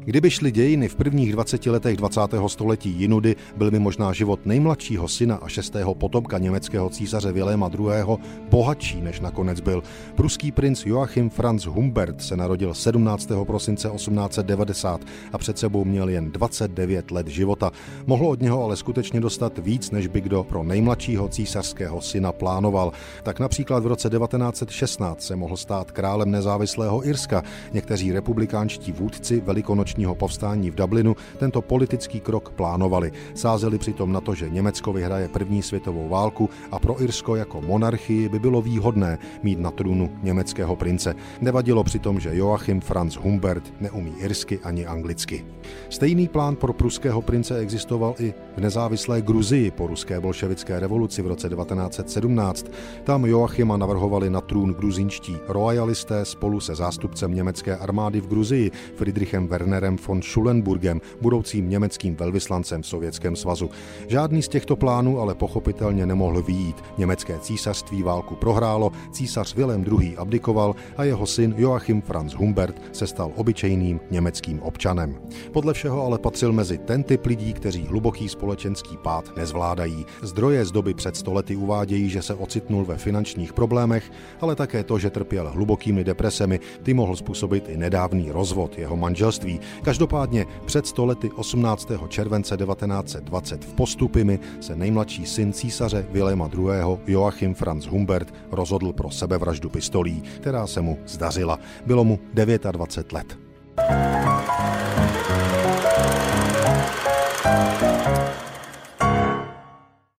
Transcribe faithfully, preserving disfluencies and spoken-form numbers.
Kdyby šly dějiny v prvních dvaceti letech dvacátého století jinudy, byl by možná život nejmladšího syna a šestého potomka německého císaře Viléma druhého. bohatší, než nakonec byl. Pruský princ Joachim Franz Humbert se narodil sedmnáctého prosince osmnáct set devadesát a před sebou měl jen dvacet devět let života. Mohlo od něho ale skutečně dostat víc, než by kdo pro nejmladšího císařského syna plánoval. Tak například v roce devatenáct set šestnáct se mohl stát králem nezávislého Irska. Někteří republikánští vůdci velikonočního povstání v Dublinu tento politický krok plánovali. Sázeli přitom na to, že Německo vyhraje první světovou válku a pro Irsko jako monarchii by bylo výhodné mít na trůnu německého prince. Nevadilo přitom, že Joachim Franz Humbert neumí irsky ani anglicky. Stejný plán pro pruského prince existoval i v nezávislé Gruzii po ruské bolševické revoluci v roce devatenáct set sedmnáct. Tam Joachima navrhovali na trůn gruzínští royalisté spolu se zástupcem německé armády v Gruzii Friedrichem Wernerem von Schulenburgem, budoucím německým velvyslancem v Sovětském svazu. Žádný z těchto plánů ale pochopitelně nemohl vyjít. Německé císařství válku prohrálo, císař Vilém druhý. abdikoval a jeho syn Joachim Franz Humbert se stal obyčejným německým občanem. Podle všeho ale patřil mezi ten typ lidí, kteří hluboký společenský pád nezvládají. Zdroje z doby před sto lety uvádějí, že se ocitnul ve finančních problémech, ale také to, že trpěl hlubokými depresemi, ty mohl způsobit i nedávný rozvod jeho manželství. Každopádně před sto lety osmnáctého července devatenáct set dvacet v Postupimi se nejmladší syn císaře Viléma druhého. Joachim Franz Humbert rozhodl pro sebevraždu pistolí, která se mu zdařila. Bylo mu dvacet devět let.